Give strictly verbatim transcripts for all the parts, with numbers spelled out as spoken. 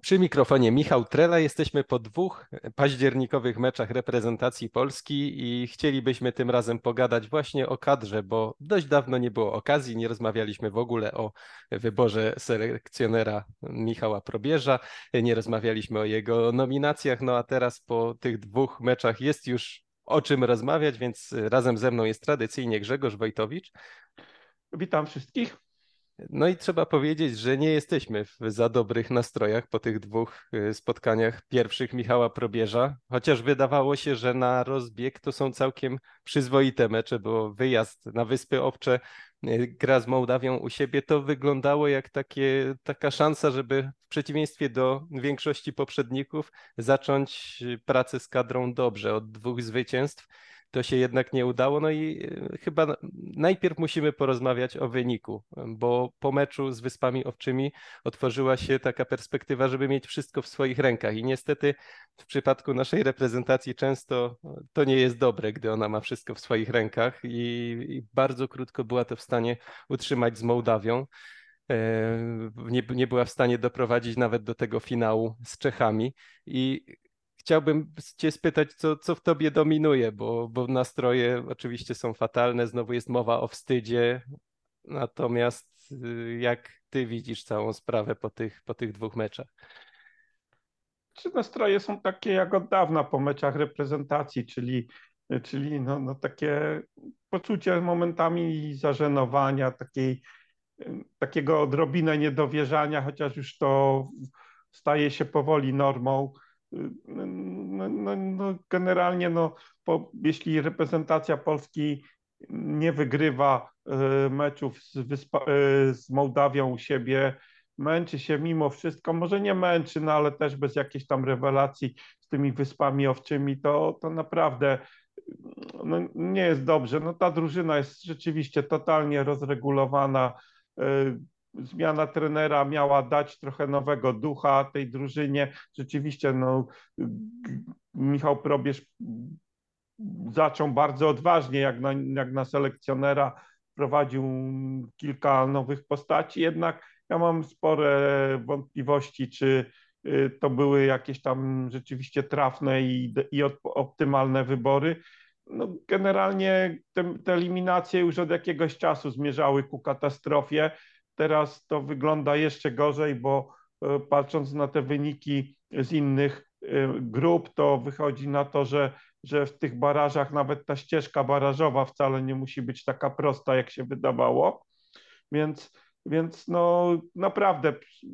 Przy mikrofonie Michał Trela. Jesteśmy po dwóch październikowych meczach reprezentacji Polski i chcielibyśmy tym razem pogadać właśnie o kadrze, bo dość dawno nie było okazji, nie rozmawialiśmy w ogóle o wyborze selekcjonera Michała Probierza, nie rozmawialiśmy o jego nominacjach, no a teraz po tych dwóch meczach jest już o czym rozmawiać, więc razem ze mną jest tradycyjnie Grzegorz Wojtowicz. Witam wszystkich. No i trzeba powiedzieć, że nie jesteśmy w za dobrych nastrojach po tych dwóch spotkaniach pierwszych Michała Probierza, chociaż wydawało się, że na rozbieg to są całkiem przyzwoite mecze, bo wyjazd na Wyspy Owcze, gra z Mołdawią u siebie, to wyglądało jak takie, taka szansa, żeby w przeciwieństwie do większości poprzedników zacząć pracę z kadrą dobrze od dwóch zwycięstw. To się jednak nie udało, no i chyba najpierw musimy porozmawiać o wyniku, bo po meczu z Wyspami Owczymi otworzyła się taka perspektywa, żeby mieć wszystko w swoich rękach i niestety w przypadku naszej reprezentacji często to nie jest dobre, gdy ona ma wszystko w swoich rękach i, i bardzo krótko była to w stanie utrzymać z Mołdawią. Nie, nie była w stanie doprowadzić nawet do tego finału z Czechami i chciałbym Cię spytać, co, co w Tobie dominuje, bo, bo nastroje oczywiście są fatalne, znowu jest mowa o wstydzie, natomiast jak Ty widzisz całą sprawę po tych, po tych dwóch meczach? Czy nastroje są takie jak od dawna po meczach reprezentacji, czyli, czyli no, no takie poczucie momentami zażenowania, takiej, takiego odrobinę niedowierzania, chociaż już to staje się powoli normą. No, no, no, generalnie, no, po, jeśli reprezentacja Polski nie wygrywa y, meczów z, Wyspa, y, z Mołdawią u siebie, męczy się mimo wszystko, może nie męczy, no ale też bez jakiejś tam rewelacji z tymi Wyspami Owczymi, to, to naprawdę no, nie jest dobrze. No, ta drużyna jest rzeczywiście totalnie rozregulowana. Zmiana trenera miała dać trochę nowego ducha tej drużynie. Rzeczywiście no, Michał Probierz zaczął bardzo odważnie, jak na, jak na selekcjonera, prowadził kilka nowych postaci, jednak ja mam spore wątpliwości, czy to były jakieś tam rzeczywiście trafne i, i optymalne wybory. No, generalnie te, te eliminacje już od jakiegoś czasu zmierzały ku katastrofie. Teraz to wygląda jeszcze gorzej, bo patrząc na te wyniki z innych grup, to wychodzi na to, że, że w tych barażach nawet ta ścieżka barażowa wcale nie musi być taka prosta, jak się wydawało. Więc, więc no naprawdę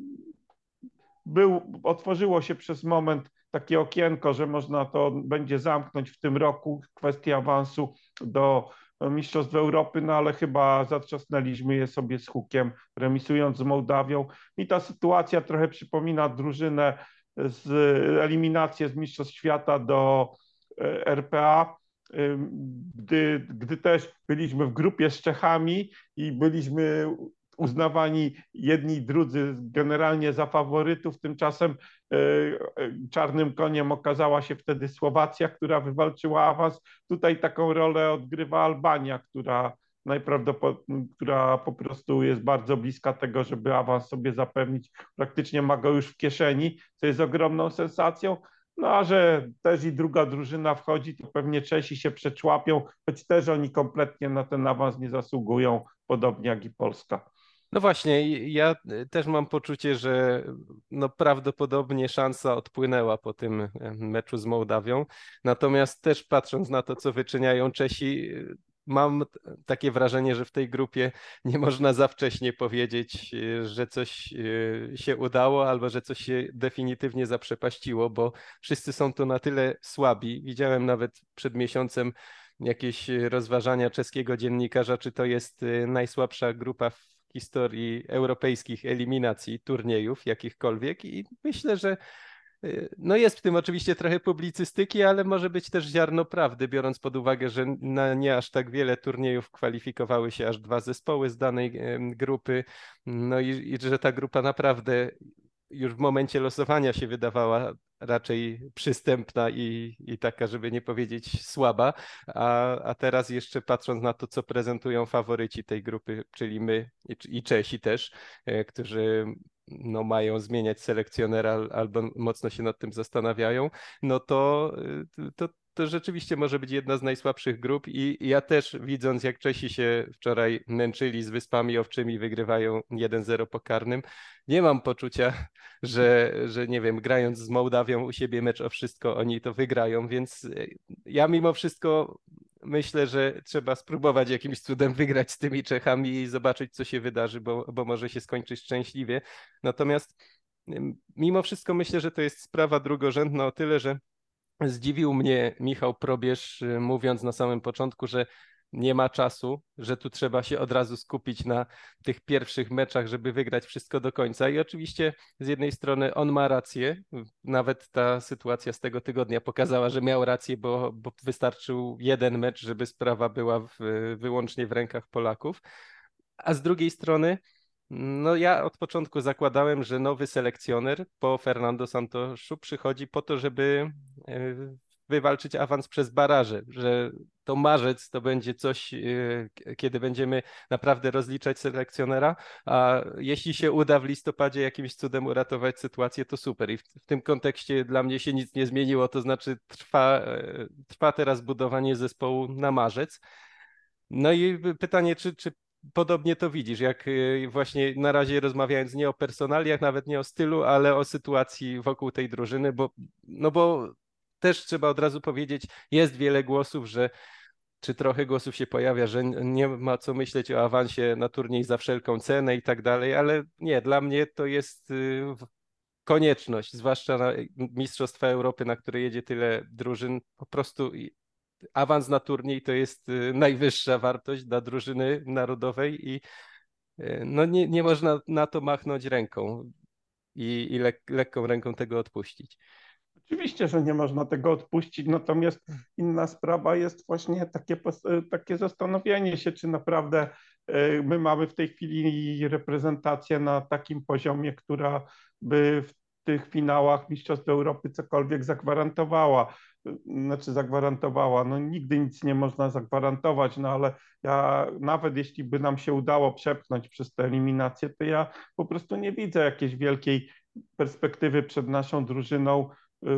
był, otworzyło się przez moment takie okienko, że można to będzie zamknąć w tym roku, kwestię awansu do Mistrzostw Europy, no ale chyba zatrzasnęliśmy je sobie z hukiem, remisując z Mołdawią. I ta sytuacja trochę przypomina drużynę z eliminację z Mistrzostw Świata do R P A, gdy, gdy też byliśmy w grupie z Czechami i byliśmy uznawani jedni i drudzy generalnie za faworytów. Tymczasem czarnym koniem okazała się wtedy Słowacja, która wywalczyła awans. Tutaj taką rolę odgrywa Albania, która najprawdopodobniej, która po prostu jest bardzo bliska tego, żeby awans sobie zapewnić. Praktycznie ma go już w kieszeni, co jest ogromną sensacją. No a że też i druga drużyna wchodzi, to pewnie Czesi się przeczłapią, choć też oni kompletnie na ten awans nie zasługują, podobnie jak i Polska. No właśnie, ja też mam poczucie, że no prawdopodobnie szansa odpłynęła po tym meczu z Mołdawią. Natomiast też patrząc na to, co wyczyniają Czesi, mam takie wrażenie, że w tej grupie nie można za wcześnie powiedzieć, że coś się udało albo że coś się definitywnie zaprzepaściło, bo wszyscy są tu na tyle słabi. Widziałem nawet przed miesiącem jakieś rozważania czeskiego dziennikarza, czy to jest najsłabsza grupa w historii europejskich eliminacji turniejów jakichkolwiek i myślę, że no jest w tym oczywiście trochę publicystyki, ale może być też ziarno prawdy, biorąc pod uwagę, że na nie aż tak wiele turniejów kwalifikowały się aż dwa zespoły z danej grupy, no i, i że ta grupa naprawdę już w momencie losowania się wydawała raczej przystępna i, i taka, żeby nie powiedzieć słaba, a, a teraz jeszcze patrząc na to, co prezentują faworyci tej grupy, czyli my i, i Czesi też, którzy no, mają zmieniać selekcjonera albo mocno się nad tym zastanawiają, no to, to, to rzeczywiście może być jedna z najsłabszych grup i ja też widząc, jak Czesi się wczoraj męczyli z Wyspami Owczymi, wygrywają jeden zero po karnym, nie mam poczucia, że, że nie wiem, grając z Mołdawią u siebie mecz o wszystko, oni to wygrają, więc ja mimo wszystko myślę, że trzeba spróbować jakimś cudem wygrać z tymi Czechami i zobaczyć, co się wydarzy, bo, bo może się skończyć szczęśliwie. Natomiast mimo wszystko myślę, że to jest sprawa drugorzędna o tyle, że zdziwił mnie Michał Probierz, mówiąc na samym początku, że nie ma czasu, że tu trzeba się od razu skupić na tych pierwszych meczach, żeby wygrać wszystko do końca. I oczywiście z jednej strony on ma rację, nawet ta sytuacja z tego tygodnia pokazała, że miał rację, bo, bo wystarczył jeden mecz, żeby sprawa była w, wyłącznie w rękach Polaków. A z drugiej strony, no ja od początku zakładałem, że nowy selekcjoner po Fernando Santoszu przychodzi po to, żeby wywalczyć awans przez baraże, że to marzec to będzie coś, kiedy będziemy naprawdę rozliczać selekcjonera, a jeśli się uda w listopadzie jakimś cudem uratować sytuację, to super. I w, w tym kontekście dla mnie się nic nie zmieniło, to znaczy trwa, trwa teraz budowanie zespołu na marzec. No i pytanie, czy, czy podobnie to widzisz, jak właśnie na razie rozmawiając nie o personaliach, nawet nie o stylu, ale o sytuacji wokół tej drużyny, bo, no bo też trzeba od razu powiedzieć, jest wiele głosów, że czy trochę głosów się pojawia, że nie ma co myśleć o awansie na turniej za wszelką cenę i tak dalej, ale nie, dla mnie to jest konieczność, zwłaszcza na Mistrzostwa Europy, na które jedzie tyle drużyn, po prostu awans na turniej to jest najwyższa wartość dla drużyny narodowej i no nie, nie można na to machnąć ręką i, i lek, lekką ręką tego odpuścić. Oczywiście, że nie można tego odpuścić, natomiast inna sprawa jest właśnie takie, takie zastanowienie się, czy naprawdę my mamy w tej chwili reprezentację na takim poziomie, która by w tych finałach Mistrzostw Europy cokolwiek zagwarantowała. Znaczy zagwarantowała, no nigdy nic nie można zagwarantować, no ale ja nawet jeśli by nam się udało przepchnąć przez tę eliminację, to ja po prostu nie widzę jakiejś wielkiej perspektywy przed naszą drużyną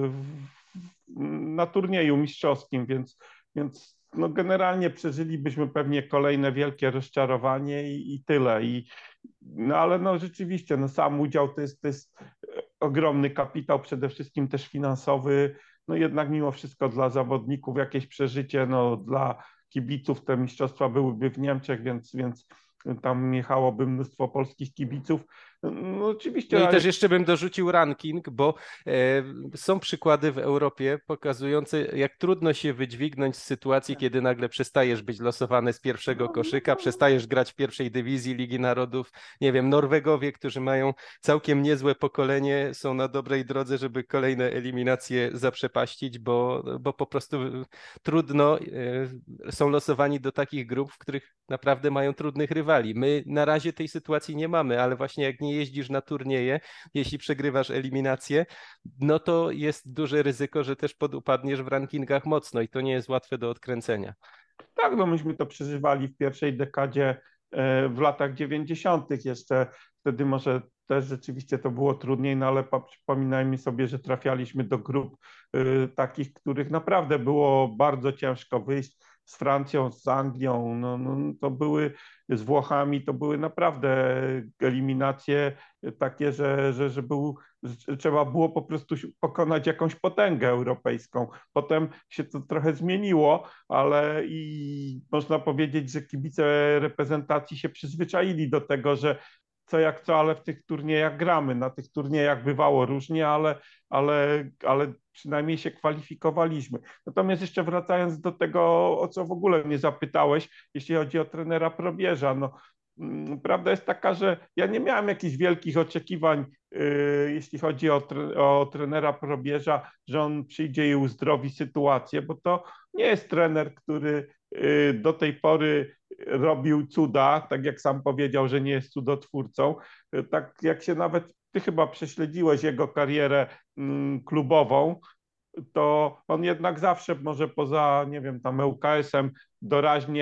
na turnieju mistrzowskim, więc, więc no generalnie przeżylibyśmy pewnie kolejne wielkie rozczarowanie i, i tyle. I, no ale no rzeczywiście, no sam udział to jest, to jest ogromny kapitał, przede wszystkim też finansowy, no jednak mimo wszystko dla zawodników jakieś przeżycie, no dla kibiców te mistrzostwa byłyby w Niemczech, więc, więc tam jechałoby mnóstwo polskich kibiców. No oczywiście. No i ale... też jeszcze bym dorzucił ranking, bo e, są przykłady w Europie pokazujące, jak trudno się wydźwignąć z sytuacji, kiedy nagle przestajesz być losowany z pierwszego koszyka, przestajesz grać w pierwszej dywizji Ligi Narodów. Nie wiem, Norwegowie, którzy mają całkiem niezłe pokolenie, są na dobrej drodze, żeby kolejne eliminacje zaprzepaścić, bo, bo po prostu trudno, e, są losowani do takich grup, w których naprawdę mają trudnych rywali. My na razie tej sytuacji nie mamy, ale właśnie jak nie jeździsz na turnieje, jeśli przegrywasz eliminację, no to jest duże ryzyko, że też podupadniesz w rankingach mocno i to nie jest łatwe do odkręcenia. Tak, no myśmy to przeżywali w pierwszej dekadzie w latach dziewięćdziesiątych jeszcze. Wtedy może też rzeczywiście to było trudniej, no ale przypominajmy sobie, że trafialiśmy do grup y, takich, których naprawdę było bardzo ciężko wyjść. Z Francją, z Anglią, no, no, to były z Włochami, to były naprawdę eliminacje takie, że, że, że, był, że trzeba było po prostu pokonać jakąś potęgę europejską. Potem się to trochę zmieniło, ale i można powiedzieć, że kibice reprezentacji się przyzwyczaili do tego, że co jak co, ale w tych turniejach gramy. Na tych turniejach bywało różnie, ale, ale, ale przynajmniej się kwalifikowaliśmy. Natomiast jeszcze wracając do tego, o co w ogóle mnie zapytałeś, jeśli chodzi o trenera Probierza, no prawda jest taka, że ja nie miałem jakichś wielkich oczekiwań, yy, jeśli chodzi o, o trenera Probierza, że on przyjdzie i uzdrowi sytuację, bo to nie jest trener, który yy, do tej pory robił cuda, tak jak sam powiedział, że nie jest cudotwórcą. Yy, tak jak się nawet ty chyba prześledziłeś jego karierę yy, klubową, to on jednak zawsze może poza, nie wiem, tam U K S-em doraźnie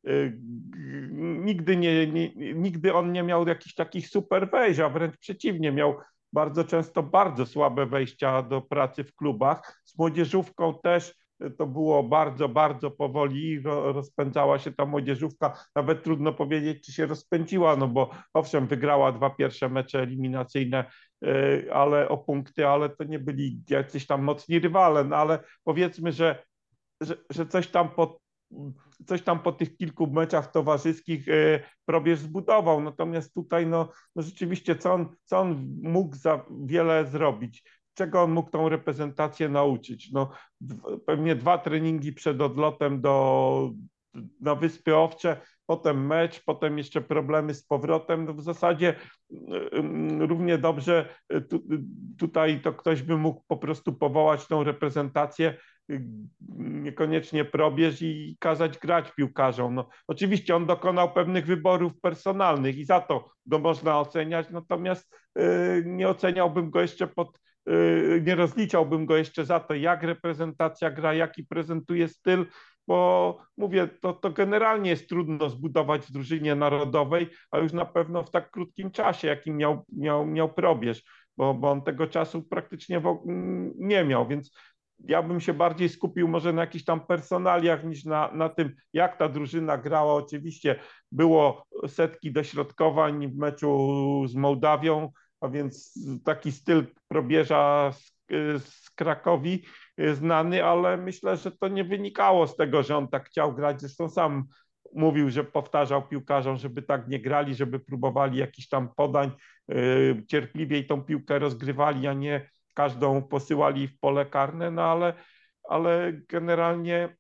nigdy, nie, nie, nigdy on nie miał jakichś takich super wejść, a wręcz przeciwnie, miał bardzo często bardzo słabe wejścia do pracy w klubach. Z młodzieżówką też to było bardzo, bardzo powoli, rozpędzała się ta młodzieżówka, nawet trudno powiedzieć, czy się rozpędziła, no bo owszem, wygrała dwa pierwsze mecze eliminacyjne, ale o punkty, ale to nie byli jacyś tam mocni rywale, no ale powiedzmy, że, że, że coś tam po, coś tam po tych kilku meczach towarzyskich Probierz zbudował, natomiast tutaj no, no rzeczywiście co on, co on mógł za wiele zrobić, czego on mógł tą reprezentację nauczyć. No, pewnie dwa treningi przed odlotem do, na Wyspy Owcze, potem mecz, potem jeszcze problemy z powrotem. No w zasadzie równie dobrze tu, tutaj to ktoś by mógł po prostu powołać tą reprezentację, niekoniecznie Probierz, i kazać grać piłkarzom. No, oczywiście on dokonał pewnych wyborów personalnych i za to go można oceniać, natomiast nie oceniałbym go jeszcze pod nie rozliczałbym go jeszcze za to, jak reprezentacja gra, jaki prezentuje styl, bo mówię, to, to generalnie jest trudno zbudować w drużynie narodowej, a już na pewno w tak krótkim czasie, jakim miał, miał, miał Probierz, bo, bo on tego czasu praktycznie nie miał, więc ja bym się bardziej skupił może na jakichś tam personaliach niż na, na tym, jak ta drużyna grała. Oczywiście było setki dośrodkowań w meczu z Mołdawią, a więc taki styl Probierza z, z Krakowi znany, ale myślę, że to nie wynikało z tego, że on tak chciał grać. Zresztą sam mówił, że powtarzał piłkarzom, żeby tak nie grali, żeby próbowali jakichś tam podań, yy, cierpliwiej tą piłkę rozgrywali, a nie każdą posyłali w pole karne, no ale, ale generalnie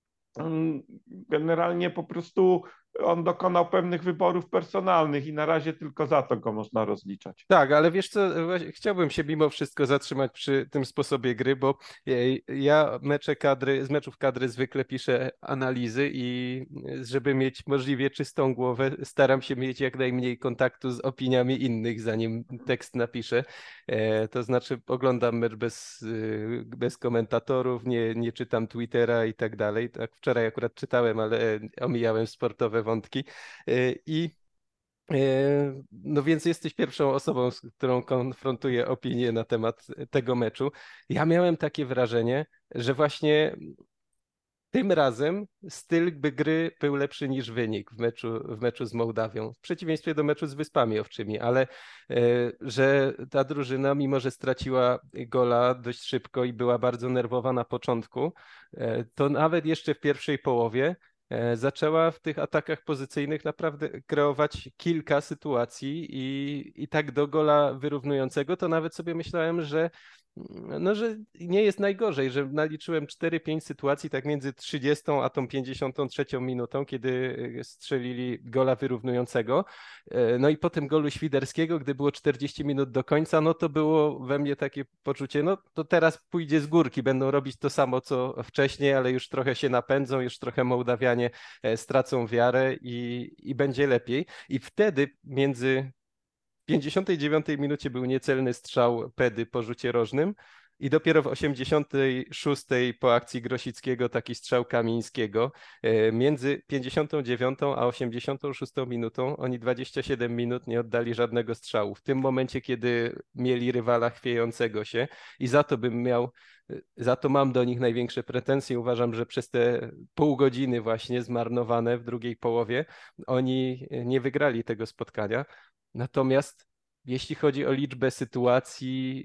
generalnie po prostu on dokonał pewnych wyborów personalnych i na razie tylko za to go można rozliczać. Tak, ale wiesz co, chciałbym się mimo wszystko zatrzymać przy tym sposobie gry, bo ja mecze kadry, z meczów kadry zwykle piszę analizy i żeby mieć możliwie czystą głowę, staram się mieć jak najmniej kontaktu z opiniami innych, zanim tekst napiszę. To znaczy oglądam mecz bez, bez komentatorów, nie, nie czytam Twittera i tak dalej. Tak, wczoraj akurat czytałem, ale omijałem sportowe wątki i no więc jesteś pierwszą osobą, z którą konfrontuję opinię na temat tego meczu. Ja miałem takie wrażenie, że właśnie tym razem styl gry był lepszy niż wynik w meczu, w meczu z Mołdawią, w przeciwieństwie do meczu z Wyspami Owczymi, ale że ta drużyna, mimo że straciła gola dość szybko i była bardzo nerwowa na początku, to nawet jeszcze w pierwszej połowie zaczęła w tych atakach pozycyjnych naprawdę kreować kilka sytuacji i, i tak do gola wyrównującego, to nawet sobie myślałem, że no, że nie jest najgorzej, że naliczyłem cztery pięć sytuacji tak między trzydziestą a tą pięćdziesiątą trzecią minutą, kiedy strzelili gola wyrównującego. No i po tym golu Świderskiego, gdy było czterdzieści minut do końca, no to było we mnie takie poczucie, no to teraz pójdzie z górki, będą robić to samo co wcześniej, ale już trochę się napędzą, już trochę Mołdawianie stracą wiarę i, i będzie lepiej. I wtedy między w pięćdziesiątej dziewiątej minucie był niecelny strzał Pedy po rzucie rożnym i dopiero w osiemdziesiątej szóstej po akcji Grosickiego taki strzał Kamińskiego. Między pięćdziesiątą dziewiątą a osiemdziesiątą szóstą minutą oni dwadzieścia siedem minut nie oddali żadnego strzału. W tym momencie, kiedy mieli rywala chwiejącego się i za to bym miał, za to mam do nich największe pretensje. Uważam, że przez te pół godziny właśnie zmarnowane w drugiej połowie oni nie wygrali tego spotkania. Natomiast jeśli chodzi o liczbę sytuacji,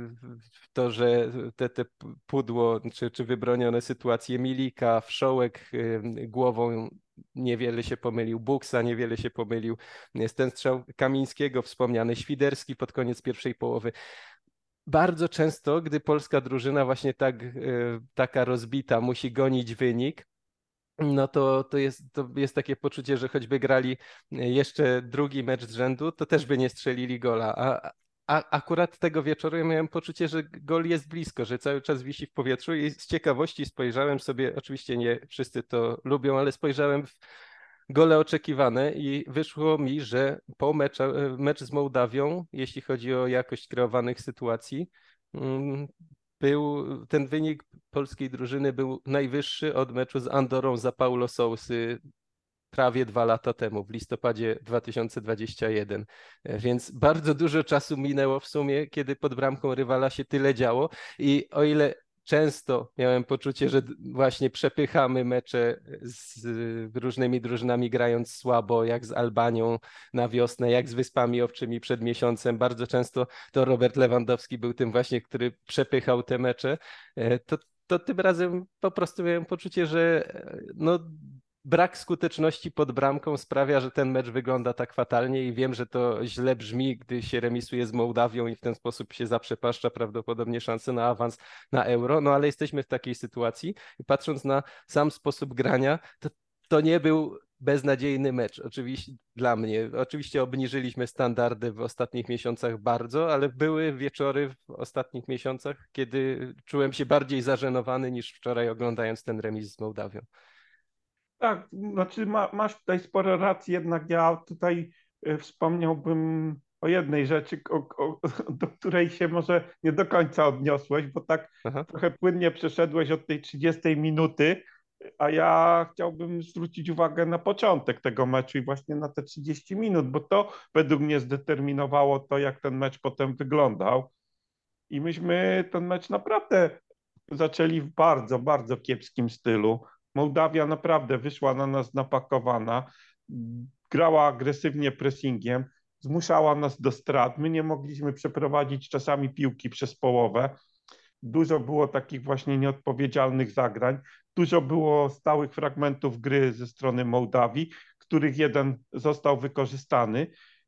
to, że te, te pudło czy, czy wybronione sytuacje Milika, Wszołek głową niewiele się pomylił, Buksa niewiele się pomylił, jest ten strzał Kamińskiego wspomniany, Świderski pod koniec pierwszej połowy. Bardzo często, gdy polska drużyna właśnie tak, taka rozbita musi gonić wynik, no to, to, jest, to jest takie poczucie, że choćby grali jeszcze drugi mecz z rzędu, to też by nie strzelili gola. A, a akurat tego wieczoru ja miałem poczucie, że gol jest blisko, że cały czas wisi w powietrzu i z ciekawości spojrzałem sobie, oczywiście nie wszyscy to lubią, ale spojrzałem w gole oczekiwane i wyszło mi, że po meczu, mecz z Mołdawią, jeśli chodzi o jakość kreowanych sytuacji, był, ten wynik polskiej drużyny był najwyższy od meczu z Andorą za Paulo Sousy prawie dwa lata temu, w listopadzie dwa tysiące dwudziestym pierwszym. Więc bardzo dużo czasu minęło w sumie, kiedy pod bramką rywala się tyle działo i o ile często miałem poczucie, że właśnie przepychamy mecze z różnymi drużynami grając słabo, jak z Albanią na wiosnę, jak z Wyspami Owczymi przed miesiącem. Bardzo często to Robert Lewandowski był tym właśnie, który przepychał te mecze. To, to tym razem po prostu miałem poczucie, że no, brak skuteczności pod bramką sprawia, że ten mecz wygląda tak fatalnie i wiem, że to źle brzmi, gdy się remisuje z Mołdawią i w ten sposób się zaprzepaszcza prawdopodobnie szanse na awans na Euro, no ale jesteśmy w takiej sytuacji i patrząc na sam sposób grania, to, to nie był beznadziejny mecz, oczywiście dla mnie. Oczywiście obniżyliśmy standardy w ostatnich miesiącach bardzo, ale były wieczory w ostatnich miesiącach, kiedy czułem się bardziej zażenowany niż wczoraj oglądając ten remis z Mołdawią. Tak, znaczy ma, masz tutaj sporo racji, jednak ja tutaj y, wspomniałbym o jednej rzeczy, o, o, do której się może nie do końca odniosłeś, bo tak Aha. trochę płynnie przeszedłeś od tej trzydziestej minuty, a ja chciałbym zwrócić uwagę na początek tego meczu i właśnie na te trzydzieści minut, bo to według mnie zdeterminowało to, jak ten mecz potem wyglądał. I myśmy ten mecz naprawdę zaczęli w bardzo, bardzo kiepskim stylu. Mołdawia naprawdę wyszła na nas napakowana, grała agresywnie pressingiem, zmuszała nas do strat. My nie mogliśmy przeprowadzić czasami piłki przez połowę. Dużo było takich właśnie nieodpowiedzialnych zagrań. Dużo było stałych fragmentów gry ze strony Mołdawii, których jeden został wykorzystany.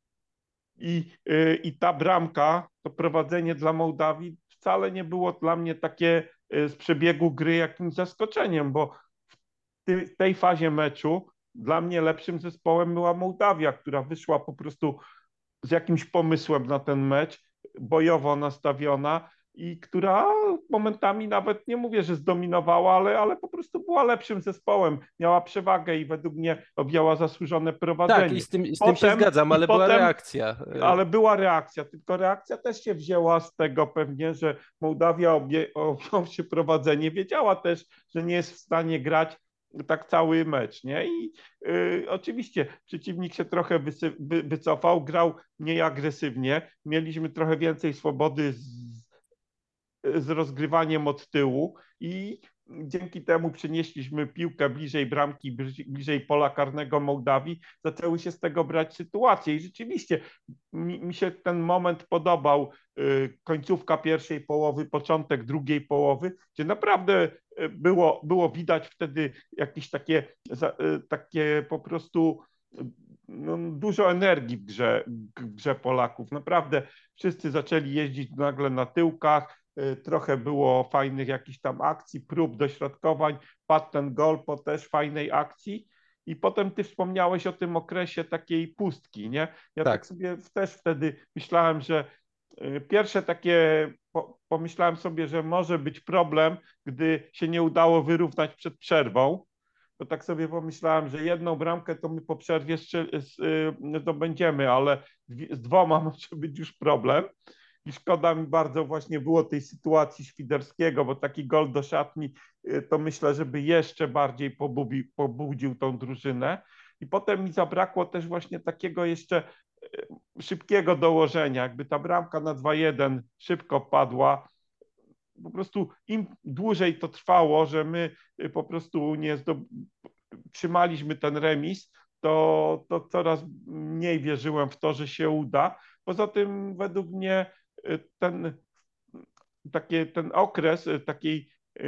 I, yy, i ta bramka, to prowadzenie dla Mołdawii wcale nie było dla mnie takie yy, z przebiegu gry jakimś zaskoczeniem, bo w tej fazie meczu dla mnie lepszym zespołem była Mołdawia, która wyszła po prostu z jakimś pomysłem na ten mecz, bojowo nastawiona i która momentami nawet nie mówię, że zdominowała, ale, ale po prostu była lepszym zespołem, miała przewagę i według mnie objęła zasłużone Tak, i prowadzenie. z tym, z tym się Potem, zgadzam, i ale była potem, reakcja. ale była reakcja, tylko reakcja też się wzięła z tego pewnie, że Mołdawia obie, objął się prowadzenie, wiedziała też, że nie jest w stanie grać tak cały mecz, nie? I y, oczywiście przeciwnik się trochę wysy, wy, wycofał, grał mniej agresywnie, mieliśmy trochę więcej swobody z, z rozgrywaniem od tyłu i dzięki temu przenieśliśmy piłkę bliżej bramki, bliżej pola karnego Mołdawii, zaczęły się z tego brać sytuacje i rzeczywiście mi, mi się ten moment podobał, y, końcówka pierwszej połowy, początek drugiej połowy, gdzie naprawdę było, było widać wtedy jakieś takie, y, takie po prostu no, dużo energii w grze, w grze Polaków. Naprawdę wszyscy zaczęli jeździć nagle na tyłkach, trochę było fajnych jakichś tam akcji, prób, dośrodkowań, padł ten gol po też fajnej akcji i potem ty wspomniałeś o tym okresie takiej pustki, nie? Ja tak, Tak. sobie też wtedy myślałem, że pierwsze takie, pomyślałem sobie, że może być problem, gdy się nie udało wyrównać przed przerwą, to tak sobie pomyślałem, że jedną bramkę to my po przerwie zdobędziemy, ale z dwoma może być już problem. I szkoda mi bardzo właśnie było tej sytuacji Świderskiego, bo taki gol do szatni to myślę, żeby jeszcze bardziej pobudził, pobudził tą drużynę. I potem mi zabrakło też właśnie takiego jeszcze szybkiego dołożenia, jakby ta bramka na dwa jeden szybko padła. Po prostu im dłużej to trwało, że my po prostu nie zdob... trzymaliśmy ten remis, to, to coraz mniej wierzyłem w to, że się uda. Poza tym według mnie ten, takie, ten okres takiej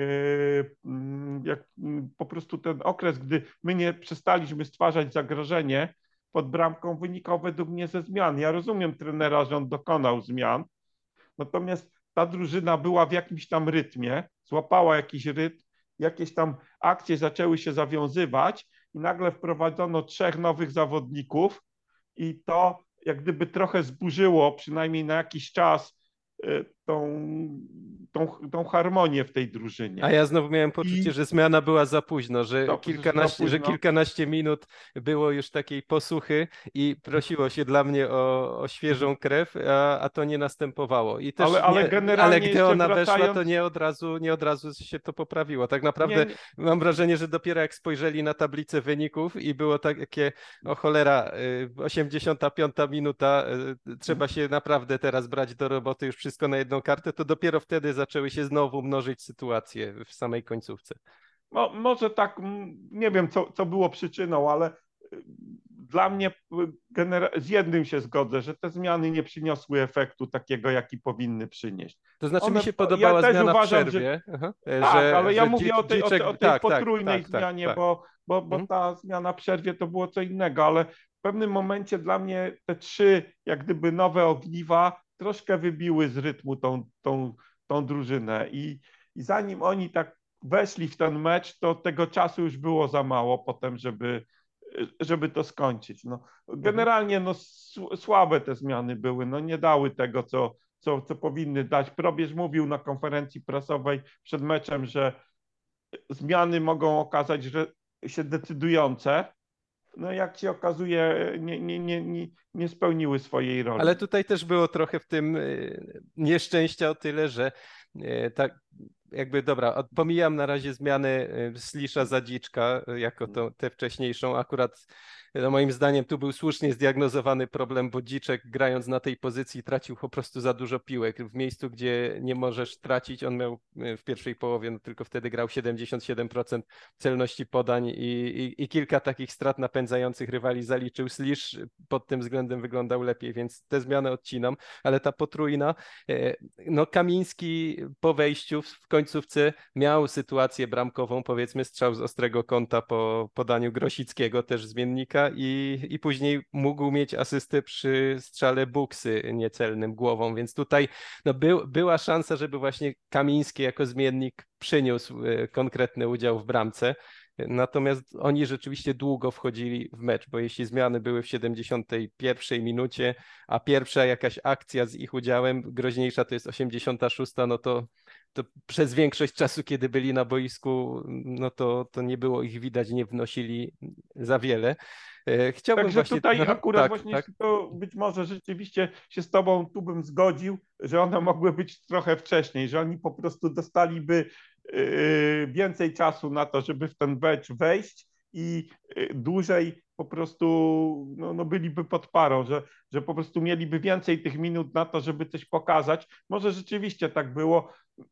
jak po prostu ten okres, gdy my nie przestaliśmy stwarzać zagrożenie pod bramką, wynikał według mnie ze zmian. Ja rozumiem trenera, że on dokonał zmian, natomiast ta drużyna była w jakimś tam rytmie, złapała jakiś rytm, jakieś tam akcje zaczęły się zawiązywać i nagle wprowadzono trzech nowych zawodników i to jak gdyby trochę zburzyło, przynajmniej na jakiś czas, tą, tą, tą harmonię w tej drużynie. A ja znowu miałem poczucie, I że zmiana była za późno, że to, kilkanaście, że kilkanaście minut było już takiej posuchy i prosiło się dla mnie o, o świeżą krew, a, a to nie następowało. I też ale, ale nie, generalnie ale gdy jeszcze ona weszła, wracając, to nie od razu, nie od razu się to poprawiło. Tak nie, naprawdę nie, mam wrażenie, że dopiero jak spojrzeli na tablicę wyników i było takie, o cholera, y, osiemdziesiąta piąta minuta, y, trzeba się naprawdę teraz brać do roboty, już wszystko na jedną kartę, to dopiero wtedy zaczęły się znowu mnożyć sytuacje w samej końcówce. no, może tak, nie wiem co, co było przyczyną, ale dla mnie z jednym się zgodzę, że te zmiany nie przyniosły efektu takiego, jaki powinny przynieść. To znaczy One, mi się ja podobała też zmiana w uważam, że przerwie, Aha, tak, że, ale ja że mówię o tej, o tej, Dziczek, o tej tak, tak, potrójnej tak, tak, zmianie, tak. bo, bo, bo Mhm. ta zmiana w przerwie to było co innego, ale w pewnym momencie dla mnie te trzy jak gdyby nowe ogniwa troszkę wybiły z rytmu tą, tą, tą drużynę i, i zanim oni tak weszli w ten mecz, to tego czasu już było za mało potem, żeby, żeby to skończyć. No, Mhm. generalnie no, słabe te zmiany były, no, nie dały tego, co, co, co powinny dać. Probierz mówił na konferencji prasowej przed meczem, że zmiany mogą okazać że się decydujące. No jak się okazuje, nie, nie, nie, nie, nie spełniły swojej Ale roli. tutaj też było trochę w tym y, nieszczęścia o tyle, że y, tak jakby dobra, pomijam na razie zmiany Slisza za Dziczka jako to, tę wcześniejszą. Akurat no moim zdaniem tu był słusznie zdiagnozowany problem, bo Dziczek grając na tej pozycji tracił po prostu za dużo piłek. W miejscu, gdzie nie możesz tracić, on miał w pierwszej połowie, no tylko wtedy grał siedemdziesiąt siedem procent celności podań i, i, i kilka takich strat napędzających rywali zaliczył. Slisz pod tym względem wyglądał lepiej, więc te zmiany odcinam, ale ta potrójna, no Kamiński po wejściu w końcówce miał sytuację bramkową, powiedzmy strzał z ostrego kąta po podaniu Grosickiego, też zmiennika i, i później mógł mieć asystę przy strzale Buksy niecelnym głową, więc tutaj no, był, była szansa, żeby właśnie Kamiński jako zmiennik przyniósł konkretny udział w bramce. Natomiast oni rzeczywiście długo wchodzili w mecz, bo jeśli zmiany były w siedemdziesiątej pierwszej minucie, a pierwsza jakaś akcja z ich udziałem, groźniejsza to jest osiemdziesiąta szósta, no to, to przez większość czasu, kiedy byli na boisku, no to, to nie było ich widać, nie wnosili za wiele. Chciałbym Także właśnie... tutaj Aha, akurat tak, właśnie tak. to być może rzeczywiście się z tobą tu bym zgodził, że one mogły być trochę wcześniej, że oni po prostu dostaliby yy, więcej czasu na to, żeby w ten mecz wejść i yy, dłużej po prostu no, no byliby pod parą, że, że po prostu mieliby więcej tych minut na to, żeby coś pokazać. Może rzeczywiście tak było.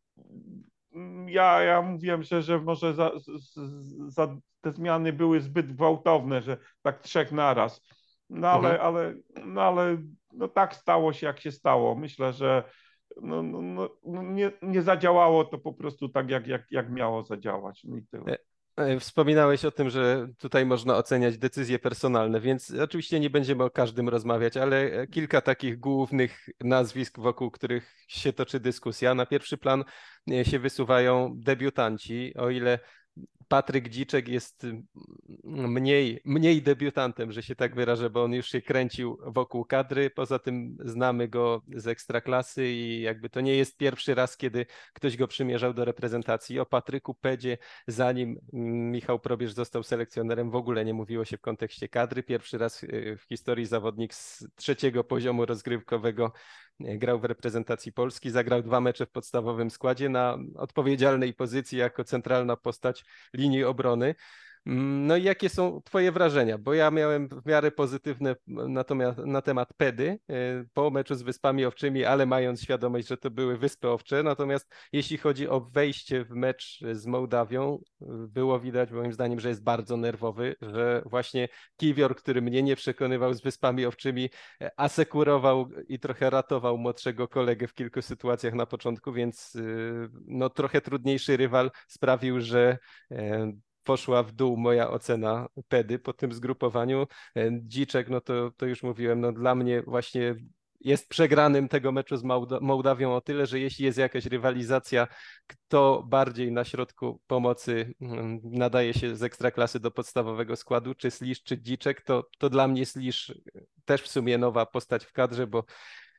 Ja, ja mówiłem, że, że może za, za te zmiany były zbyt gwałtowne, że tak trzech naraz. No Mhm. ale, ale, no, ale no tak stało się, jak się stało. Myślę, że no, no, no, nie, nie zadziałało to po prostu tak, jak, jak, jak miało zadziałać. No i tyle. Wspominałeś o tym, że tutaj można oceniać decyzje personalne, więc oczywiście nie będziemy o każdym rozmawiać, ale kilka takich głównych nazwisk, wokół których się toczy dyskusja. Na pierwszy plan się wysuwają debiutanci, o ile Patryk Dziczek jest mniej, mniej debiutantem, że się tak wyrażę, bo on już się kręcił wokół kadry. Poza tym znamy go z Ekstraklasy i jakby to nie jest pierwszy raz, kiedy ktoś go przymierzał do reprezentacji. O Patryku Pedzie, zanim Michał Probierz został selekcjonerem, w ogóle nie mówiło się w kontekście kadry. Pierwszy raz w historii zawodnik z trzeciego poziomu rozgrywkowego grał w reprezentacji Polski, zagrał dwa mecze w podstawowym składzie na odpowiedzialnej pozycji jako centralna postać linii obrony. No i jakie są twoje wrażenia? Bo ja miałem w miarę pozytywne natomiast na temat Pedy po meczu z Wyspami Owczymi, ale mając świadomość, że to były Wyspy Owcze. Natomiast jeśli chodzi o wejście w mecz z Mołdawią, było widać moim zdaniem, że jest bardzo nerwowy, że właśnie Kiwior, który mnie nie przekonywał z Wyspami Owczymi, asekurował i trochę ratował młodszego kolegę w kilku sytuacjach na początku, więc no trochę trudniejszy rywal sprawił, że poszła w dół moja ocena Pedy po tym zgrupowaniu. Dziczek, no to, to już mówiłem, no dla mnie właśnie jest przegranym tego meczu z Mołda- Mołdawią o tyle, że jeśli jest jakaś rywalizacja, kto bardziej na środku pomocy nadaje się z Ekstraklasy do podstawowego składu, czy Slisz, czy Dziczek, to, to dla mnie Slisz też w sumie nowa postać w kadrze, bo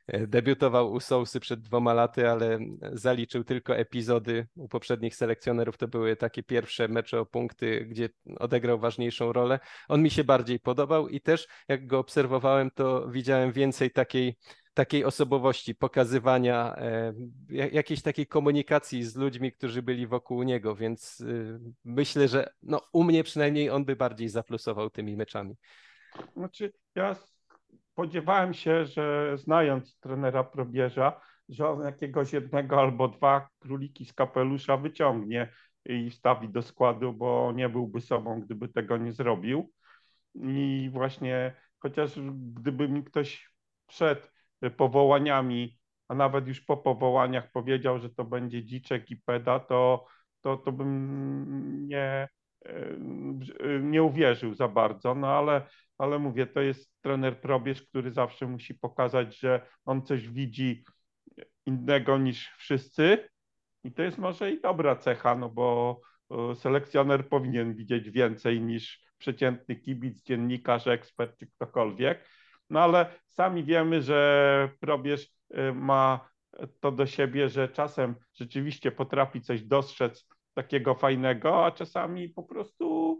Debiutował u Sousy przed dwoma laty, ale zaliczył tylko epizody. U poprzednich selekcjonerów to były takie pierwsze mecze o punkty, gdzie odegrał ważniejszą rolę. On mi się bardziej podobał i też jak go obserwowałem, to widziałem więcej takiej takiej osobowości, pokazywania e, jakiejś takiej komunikacji z ludźmi, którzy byli wokół niego, więc y, myślę, że no, u mnie przynajmniej on by bardziej zaplusował tymi meczami. Znaczy, ja spodziewałem się, że znając trenera Probierza, że on jakiegoś jednego albo dwa króliki z kapelusza wyciągnie i wstawi do składu, bo nie byłby sobą, gdyby tego nie zrobił. I właśnie, chociaż gdyby mi ktoś przed powołaniami, a nawet już po powołaniach powiedział, że to będzie Dziczek i Peda, to, to, to bym nie, nie uwierzył za bardzo. No ale, ale mówię, to jest trener Probierz, który zawsze musi pokazać, że on coś widzi innego niż wszyscy. I to jest może i dobra cecha, no bo selekcjoner powinien widzieć więcej niż przeciętny kibic, dziennikarz, ekspert czy ktokolwiek. No ale sami wiemy, że Probierz ma to do siebie, że czasem rzeczywiście potrafi coś dostrzec takiego fajnego, a czasami po prostu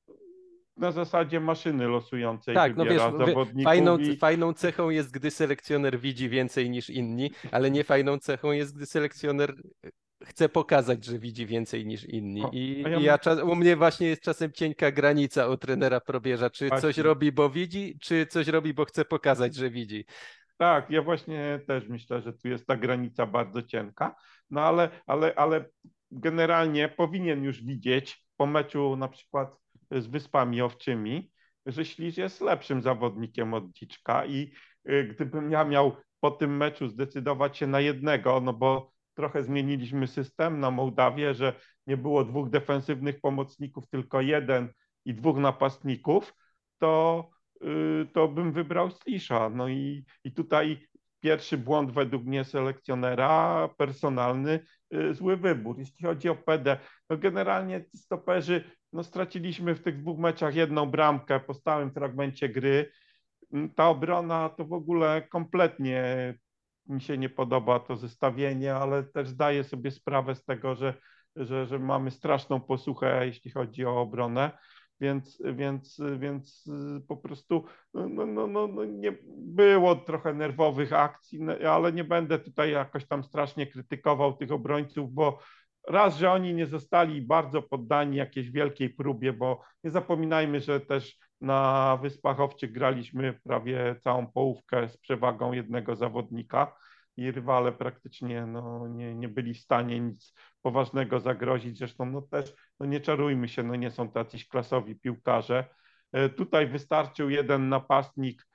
na zasadzie maszyny losującej Tak, no wiesz, wybiera zawodników. fajną, I... fajną cechą jest, gdy selekcjoner widzi więcej niż inni, ale nie fajną cechą jest, gdy selekcjoner chce pokazać, że widzi więcej niż inni. O, I, ja i ja czas, u mnie właśnie jest czasem cienka granica u trenera Probierza, czy coś właśnie. robi, bo widzi, czy coś robi, bo chce pokazać, że widzi. Tak, ja właśnie też myślę, że tu jest ta granica bardzo cienka, no ale, ale, ale generalnie powinien już widzieć po meczu na przykład z Wyspami Owczymi, że Śliż jest lepszym zawodnikiem od Dziczka i y, gdybym ja miał po tym meczu zdecydować się na jednego, no bo trochę zmieniliśmy system na Mołdawię, że nie było dwóch defensywnych pomocników, tylko jeden i dwóch napastników, to to bym wybrał Slisza. No i, i tutaj pierwszy błąd według mnie selekcjonera, personalny, zły wybór. Jeśli chodzi o Pedę, no generalnie stoperzy, no straciliśmy w tych dwóch meczach jedną bramkę po stałym fragmencie gry. Ta obrona to w ogóle kompletnie mi się nie podoba to zestawienie, ale też zdaję sobie sprawę z tego, że, że, że mamy straszną posłuchę, jeśli chodzi o obronę. Więc, więc, więc po prostu no, no, no, no nie było trochę nerwowych akcji, ale nie będę tutaj jakoś tam strasznie krytykował tych obrońców, bo raz, że oni nie zostali bardzo poddani jakiejś wielkiej próbie, bo nie zapominajmy, że też na Wyspach Owczych graliśmy prawie całą połówkę z przewagą jednego zawodnika i rywale praktycznie no, nie, nie byli w stanie nic poważnego zagrozić. Zresztą no też no nie czarujmy się, no nie są tacyś klasowi piłkarze. Tutaj wystarczył jeden napastnik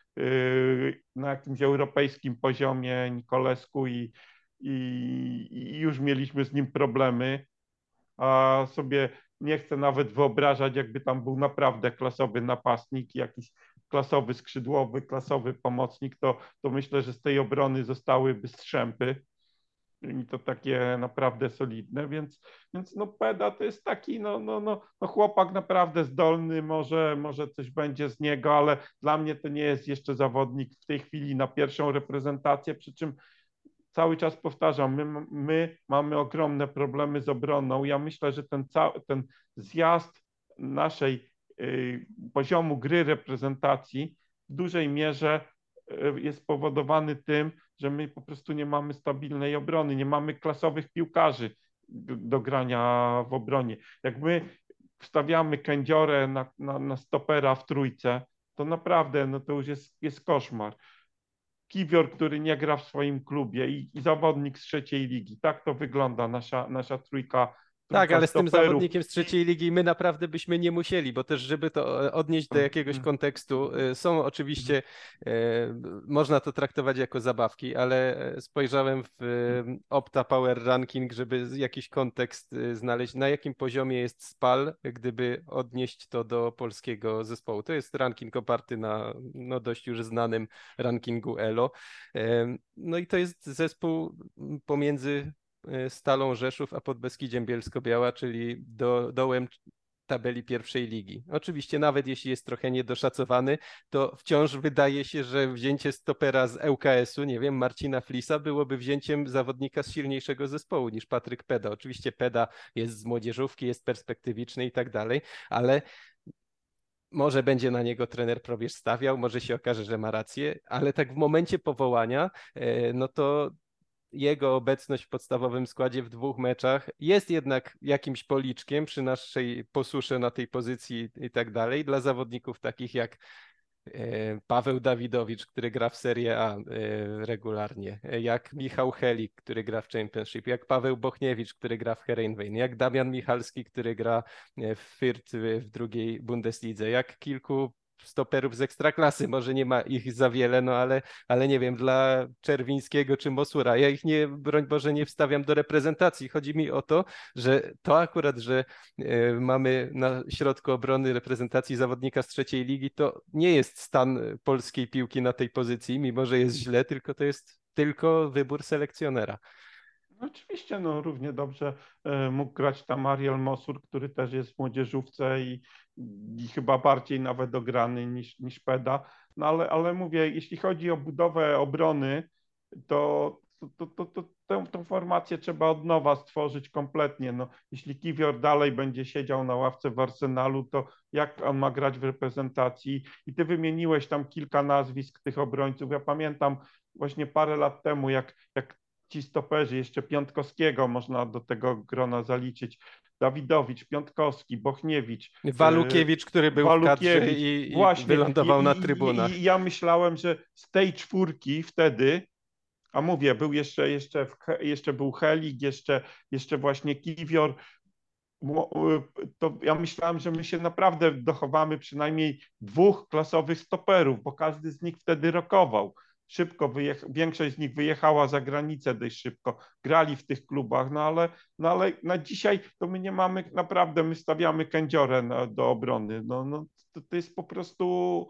na jakimś europejskim poziomie, Nikolescu i, i, i już mieliśmy z nim problemy, a sobie nie chcę nawet wyobrażać, jakby tam był naprawdę klasowy napastnik, jakiś klasowy skrzydłowy, klasowy pomocnik, to, to myślę, że z tej obrony zostałyby strzępy i to takie naprawdę solidne, więc, więc no Peda to jest taki no, no, no, no chłopak naprawdę zdolny, może, może coś będzie z niego, ale dla mnie to nie jest jeszcze zawodnik w tej chwili na pierwszą reprezentację, przy czym cały czas powtarzam, my, my mamy ogromne problemy z obroną. Ja myślę, że ten, cały, ten zjazd naszej y, poziomu gry reprezentacji w dużej mierze y, jest spowodowany tym, że my po prostu nie mamy stabilnej obrony, nie mamy klasowych piłkarzy do, do grania w obronie. Jak my wstawiamy Kędziorę na, na, na stopera w trójce, to naprawdę no to już jest, jest koszmar. Kiwior, który nie gra w swoim klubie i, i zawodnik z trzeciej ligi. Tak to wygląda nasza, nasza trójka. Tak, ale z tym stoperów. zawodnikiem z trzeciej ligi my naprawdę byśmy nie musieli, bo też, żeby to odnieść do jakiegoś kontekstu, są oczywiście, można to traktować jako zabawki, ale spojrzałem w Opta Power Ranking, żeby jakiś kontekst znaleźć, na jakim poziomie jest Spal, gdyby odnieść to do polskiego zespołu. To jest ranking oparty na no, dość już znanym rankingu Elo. No i to jest zespół pomiędzy Stalą Rzeszów, a Podbeskidziem Bielsko-Biała, czyli do, dołem tabeli pierwszej ligi. Oczywiście nawet jeśli jest trochę niedoszacowany, to wciąż wydaje się, że wzięcie stopera z L K S-u, nie wiem, Marcina Flisa byłoby wzięciem zawodnika z silniejszego zespołu niż Patryk Peda. Oczywiście Peda jest z młodzieżówki, jest perspektywiczny i tak dalej, ale może będzie na niego trener Probierz stawiał, może się okaże, że ma rację, ale tak w momencie powołania, no to jego obecność w podstawowym składzie w dwóch meczach jest jednak jakimś policzkiem przy naszej posusze na tej pozycji i tak dalej. Dla zawodników takich jak Paweł Dawidowicz, który gra w Serie A regularnie, jak Michał Helik, który gra w Championship, jak Paweł Bochniewicz, który gra w Heerenveen, jak Damian Michalski, który gra w Fürth w drugiej Bundeslidze, jak kilku stoperów z Ekstraklasy, może nie ma ich za wiele, no ale, ale nie wiem, dla Czerwińskiego czy Mosura, ja ich nie, broń Boże, nie wstawiam do reprezentacji. Chodzi mi o to, że to akurat, że y, mamy na środku obrony reprezentacji zawodnika z trzeciej ligi, to nie jest stan polskiej piłki na tej pozycji, mimo że jest źle, tylko to jest tylko wybór selekcjonera. Oczywiście, no równie dobrze mógł grać tam Ariel Mosur, który też jest w młodzieżówce i, i chyba bardziej nawet ograny niż, niż Peda. No ale, ale mówię, jeśli chodzi o budowę obrony, to, to, to, to, tę, tę formację trzeba od nowa stworzyć kompletnie. No, jeśli Kiwior dalej będzie siedział na ławce w Arsenalu, to jak on ma grać w reprezentacji? I ty wymieniłeś tam kilka nazwisk tych obrońców. Ja pamiętam właśnie parę lat temu, jak, jak ci stoperzy, jeszcze Piątkowskiego można do tego grona zaliczyć, Dawidowicz, Piątkowski, Bochniewicz, Walukiewicz, który był w kadrze i, i właśnie, wylądował i, na i, trybunach. I, I ja myślałem, że z tej czwórki wtedy, a mówię, był jeszcze, jeszcze, w, jeszcze był Helik, jeszcze, jeszcze właśnie Kiwior, to ja myślałem, że my się naprawdę dochowamy przynajmniej dwóch klasowych stoperów, bo każdy z nich wtedy rokował. Szybko wyjecha, większość z nich wyjechała za granicę dość szybko, grali w tych klubach, no ale, no ale na dzisiaj to my nie mamy, naprawdę my stawiamy kędziorę na, do obrony. No, no, to, to jest po prostu,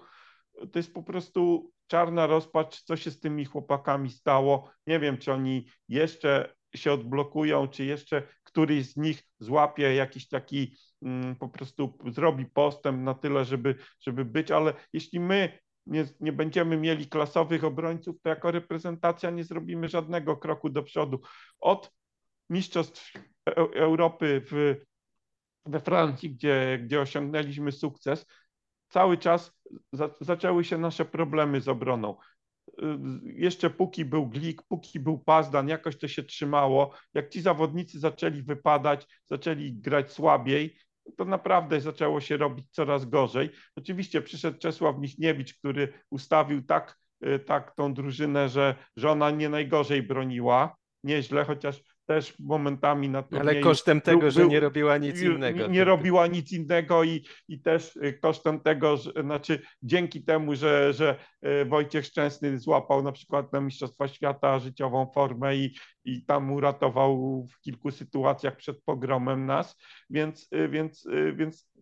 to jest po prostu czarna rozpacz, co się z tymi chłopakami stało. Nie wiem, czy oni jeszcze się odblokują, czy jeszcze któryś z nich złapie jakiś taki, mm, po prostu zrobi postęp na tyle, żeby, żeby być, ale jeśli my nie, nie będziemy mieli klasowych obrońców, to jako reprezentacja nie zrobimy żadnego kroku do przodu. Od Mistrzostw Europy w, we Francji, gdzie, gdzie osiągnęliśmy sukces, cały czas za, zaczęły się nasze problemy z obroną. Jeszcze póki był Glik, póki był Pazdan, jakoś to się trzymało. Jak ci zawodnicy zaczęli wypadać, zaczęli grać słabiej, to naprawdę zaczęło się robić coraz gorzej. Oczywiście przyszedł Czesław Michniewicz, który ustawił tak, tak tą drużynę, że, że ona nie najgorzej broniła, nieźle, chociaż też momentami na turnieju... Ale kosztem tego, był, że nie robiła nic innego. Nie, nie robiła nic innego i, i też kosztem tego, że, znaczy dzięki temu, że, że Wojciech Szczęsny złapał na przykład na Mistrzostwa Świata życiową formę i, i tam uratował w kilku sytuacjach przed pogromem nas, więc, więc, więc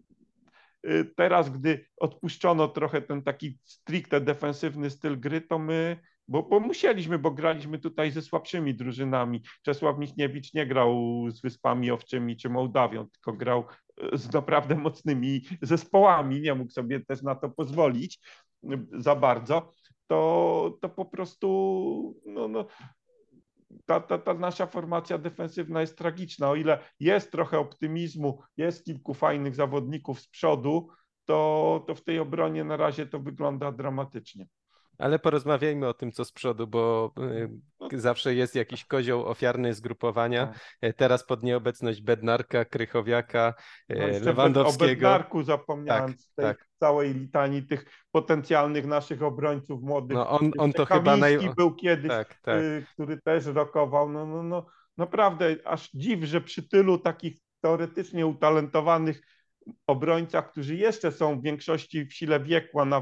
teraz, gdy odpuszczono trochę ten taki stricte defensywny styl gry, to my, bo, bo musieliśmy, bo graliśmy tutaj ze słabszymi drużynami. Czesław Michniewicz nie grał z Wyspami Owczymi czy Mołdawią, tylko grał z naprawdę mocnymi zespołami, nie mógł sobie też na to pozwolić za bardzo, to, to po prostu no, no, Ta, ta, ta nasza formacja defensywna jest tragiczna. O ile jest trochę optymizmu, jest kilku fajnych zawodników z przodu, to, to w tej obronie na razie to wygląda dramatycznie. Ale porozmawiajmy o tym, co z przodu, bo y, zawsze jest jakiś kozioł ofiarny zgrupowania. Tak. Teraz pod nieobecność Bednarka, Krychowiaka, no Lewandowskiego. O Bednarku zapomniałem tak, z tej tak. całej litanii tych potencjalnych naszych obrońców młodych. No on, on to Kamiński chyba naj... był kiedyś, tak, tak. Y, który też rokował. No, no, no, naprawdę aż dziw, że przy tylu takich teoretycznie utalentowanych obrońcach, którzy jeszcze są w większości w sile wieku, a nawet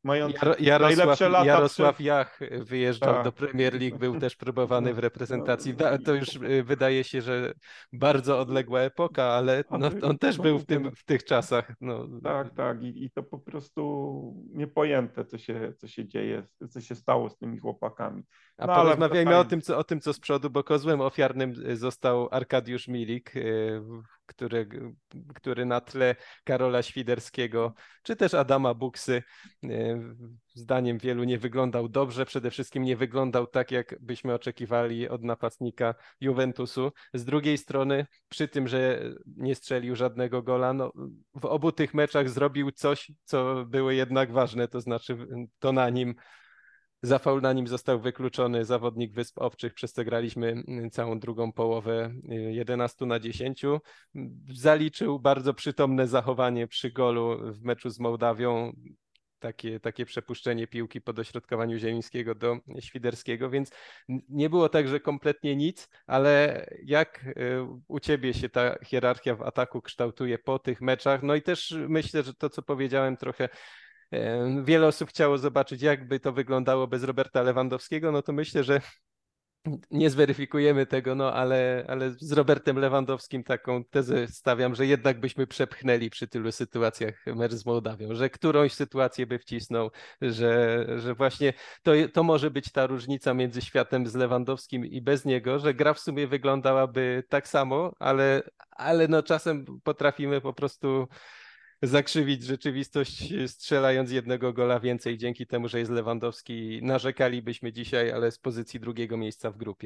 mając Jaro- Jarosław, najlepsze lata Jarosław przed... Jach wyjeżdżał do Tak. Premier League, był też próbowany w No, reprezentacji. no, Da- To i- już y, wydaje się, że bardzo odległa epoka, ale no, ale on też no był w mówię, tym, no, w tych czasach. No. tak, tak. I, I to po prostu niepojęte, co się, co się dzieje, co się stało z tymi chłopakami. A No ale porozmawiajmy o tym, wracając, co, o tym, co z przodu, bo kozłem ofiarnym y, został Arkadiusz Milik, y, który, który na tle Karola Świderskiego, czy też Adama Buksy, y, zdaniem wielu nie wyglądał dobrze. Przede wszystkim nie wyglądał tak, jak byśmy oczekiwali od napastnika Juventusu. Z drugiej strony, przy tym, że nie strzelił żadnego gola, no, w obu tych meczach zrobił coś, co było jednak ważne, to znaczy to na nim za faul na nim został wykluczony zawodnik Wysp Owczych, przez co graliśmy mm, całą drugą połowę y, jedenaście na dziesięć. Zaliczył bardzo przytomne zachowanie przy golu w meczu z Mołdawią. Takie, takie przepuszczenie piłki po dośrodkowaniu Zielińskiego do Świderskiego, więc nie było tak, że kompletnie nic, ale jak y, u ciebie się ta hierarchia w ataku kształtuje po tych meczach? No i też myślę, że to, co powiedziałem trochę, wiele osób chciało zobaczyć, jakby to wyglądało bez Roberta Lewandowskiego, no to myślę, że nie zweryfikujemy tego, no ale, ale z Robertem Lewandowskim taką tezę stawiam, że jednak byśmy przepchnęli przy tylu sytuacjach mecz z Mołdawią, że którąś sytuację by wcisnął, że, że właśnie to, to może być ta różnica między światem z Lewandowskim i bez niego, że gra w sumie wyglądałaby tak samo, ale, ale no czasem potrafimy po prostu zakrzywić rzeczywistość, strzelając jednego gola więcej dzięki temu, że jest Lewandowski. Narzekalibyśmy dzisiaj, ale z pozycji drugiego miejsca w grupie.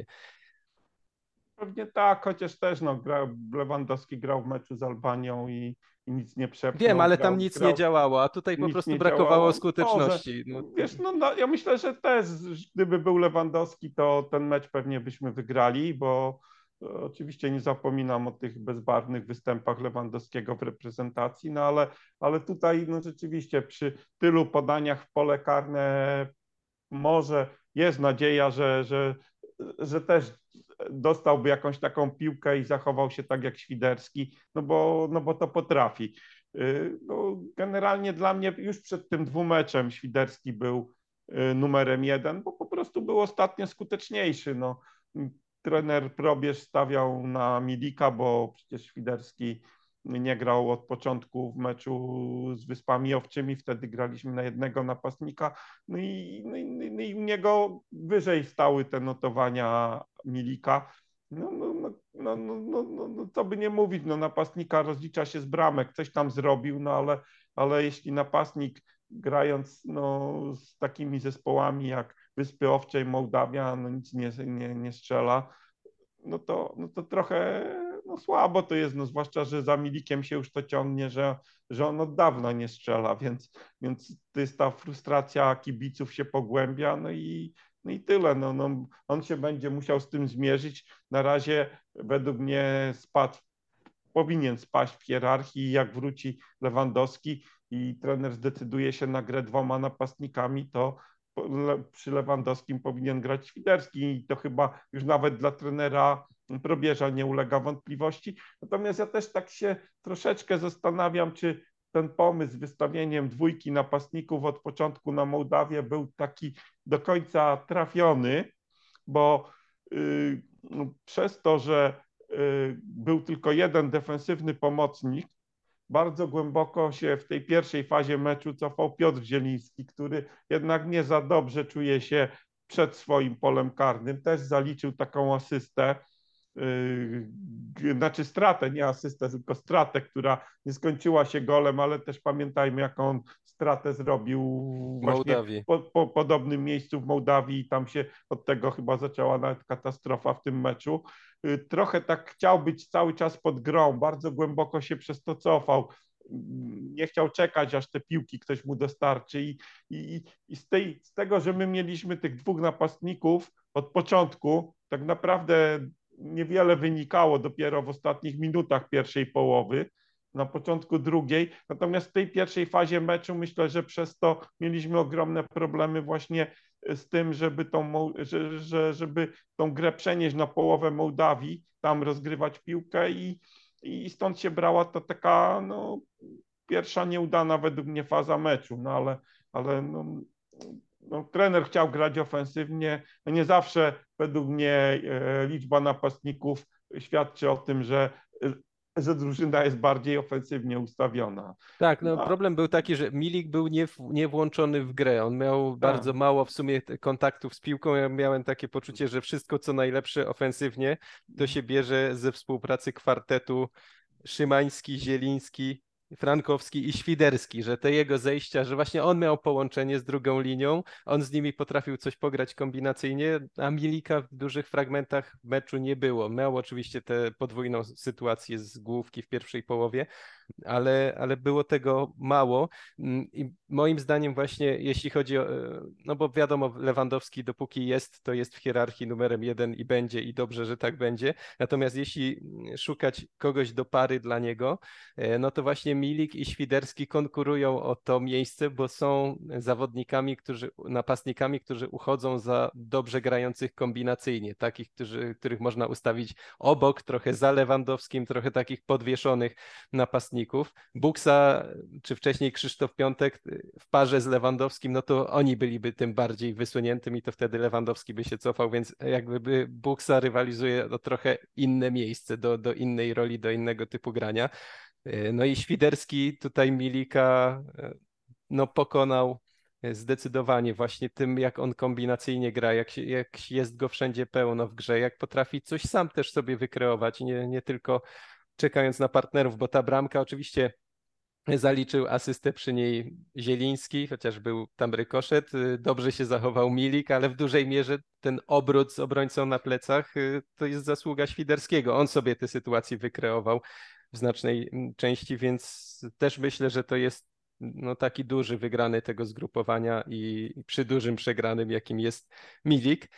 pewnie tak, chociaż też no, gra, Lewandowski grał w meczu z Albanią i, i nic nie Wiem, przepchnął, ale tam grał, nic nie grał, działało, a tutaj po nic prostu nie brakowało działało. Może, skuteczności. No, wiesz, no, no ja myślę, że też gdyby był Lewandowski, to ten mecz pewnie byśmy wygrali, bo e, oczywiście nie zapominam o tych bezbarwnych występach Lewandowskiego w reprezentacji, no ale, ale tutaj no rzeczywiście przy tylu podaniach w pole karne może jest nadzieja, że, że, że też dostałby jakąś taką piłkę i zachował się tak jak Świderski, no bo, no bo to potrafi. Y, no, generalnie dla mnie już przed tym dwumeczem Świderski był y, numerem jeden, bo po prostu był ostatnio skuteczniejszy. No, trener Probierz stawiał na Milika, bo przecież Świderski nie grał od początku w meczu z Wyspami Owczymi, wtedy graliśmy na jednego napastnika, no i, no i, no i u niego wyżej stały te notowania Milika. No, no, no, no, no, no, no, no co by nie mówić, no napastnika rozlicza się z bramek, coś tam zrobił, no ale, ale jeśli napastnik grając no, z takimi zespołami jak Wyspy Owcze i Mołdawia, no nic nie, nie, nie strzela, no to, no to trochę no słabo to jest, no zwłaszcza, że za Milikiem się już to ciągnie, że, że on od dawna nie strzela, więc, więc to jest ta frustracja kibiców się pogłębia, no i, no i tyle. No, no, on się będzie musiał z tym zmierzyć. Na razie według mnie spadł, powinien spaść w hierarchii, jak wróci Lewandowski i trener zdecyduje się na grę dwoma napastnikami, to przy Lewandowskim powinien grać Świderski i to chyba już nawet dla trenera Probierza nie ulega wątpliwości. Natomiast ja też tak się troszeczkę zastanawiam, czy ten pomysł z wystawieniem dwójki napastników od początku na Mołdawię był taki do końca trafiony, bo yy, przez to, że yy, był tylko jeden defensywny pomocnik, bardzo głęboko się w tej pierwszej fazie meczu cofał Piotr Zieliński, który jednak nie za dobrze czuje się przed swoim polem karnym. Też zaliczył taką asystę, yy, znaczy stratę, nie asystę, tylko stratę, która nie skończyła się golem, ale też pamiętajmy, jaką stratę zrobił właśnie Mołdawii. po, po podobnym miejscu w Mołdawii i tam się od tego chyba zaczęła nawet katastrofa w tym meczu. Trochę tak chciał być cały czas pod grą, bardzo głęboko się przez to cofał. Nie chciał czekać, aż te piłki ktoś mu dostarczy. I, i, i z, tej, z tego, że my mieliśmy tych dwóch napastników od początku, tak naprawdę niewiele wynikało dopiero w ostatnich minutach pierwszej połowy, na początku drugiej. Natomiast w tej pierwszej fazie meczu myślę, że przez to mieliśmy ogromne problemy właśnie z tym, żeby tą, że, że, żeby tą grę przenieść na połowę Mołdawii, tam rozgrywać piłkę i, i stąd się brała ta taka no, pierwsza nieudana według mnie faza meczu, no ale, ale no, no, trener chciał grać ofensywnie. No nie zawsze według mnie e, liczba napastników świadczy o tym, że, że drużyna jest bardziej ofensywnie ustawiona. Tak, no No, problem był taki, że Milik był nie, w- nie włączony w grę. On miał tak. bardzo mało w sumie t- kontaktów z piłką. Ja miałem takie poczucie, że wszystko co najlepsze ofensywnie to się bierze ze współpracy kwartetu Szymański, Zieliński, Frankowski i Świderski, że te jego zejścia, że właśnie on miał połączenie z drugą linią, on z nimi potrafił coś pograć kombinacyjnie, a Milika w dużych fragmentach meczu nie było. Miał oczywiście tę podwójną sytuację z główki w pierwszej połowie, ale, ale było tego mało. Mm, I moim zdaniem właśnie jeśli chodzi o, e, no bo wiadomo, Lewandowski dopóki jest, to jest w hierarchii numerem jeden i będzie i dobrze, że tak będzie. Natomiast jeśli szukać kogoś do pary dla niego, e, no to właśnie Milik i Świderski konkurują o to miejsce, bo są zawodnikami, którzy, napastnikami, którzy uchodzą za dobrze grających kombinacyjnie, takich, którzy, których można ustawić obok, trochę za Lewandowskim, trochę takich podwieszonych napastników. Buksa, czy wcześniej Krzysztof Piątek w parze z Lewandowskim, no to oni byliby tym bardziej wysuniętym i to wtedy Lewandowski by się cofał, więc jakby Buksa rywalizuje o trochę inne miejsce, do, do innej roli, do innego typu grania. No i Świderski tutaj Milika no pokonał zdecydowanie właśnie tym, jak on kombinacyjnie gra, jak, się, jak jest go wszędzie pełno w grze, jak potrafi coś sam też sobie wykreować, nie, nie tylko czekając na partnerów, bo ta bramka oczywiście zaliczył asystę przy niej Zieliński, chociaż był tam rykoszet. Dobrze się zachował Milik, ale w dużej mierze ten obrót z obrońcą na plecach to jest zasługa Świderskiego. On sobie tę sytuację wykreował w znacznej części, więc też myślę, że to jest no, taki duży wygrany tego zgrupowania i przy dużym przegranym, jakim jest Milik.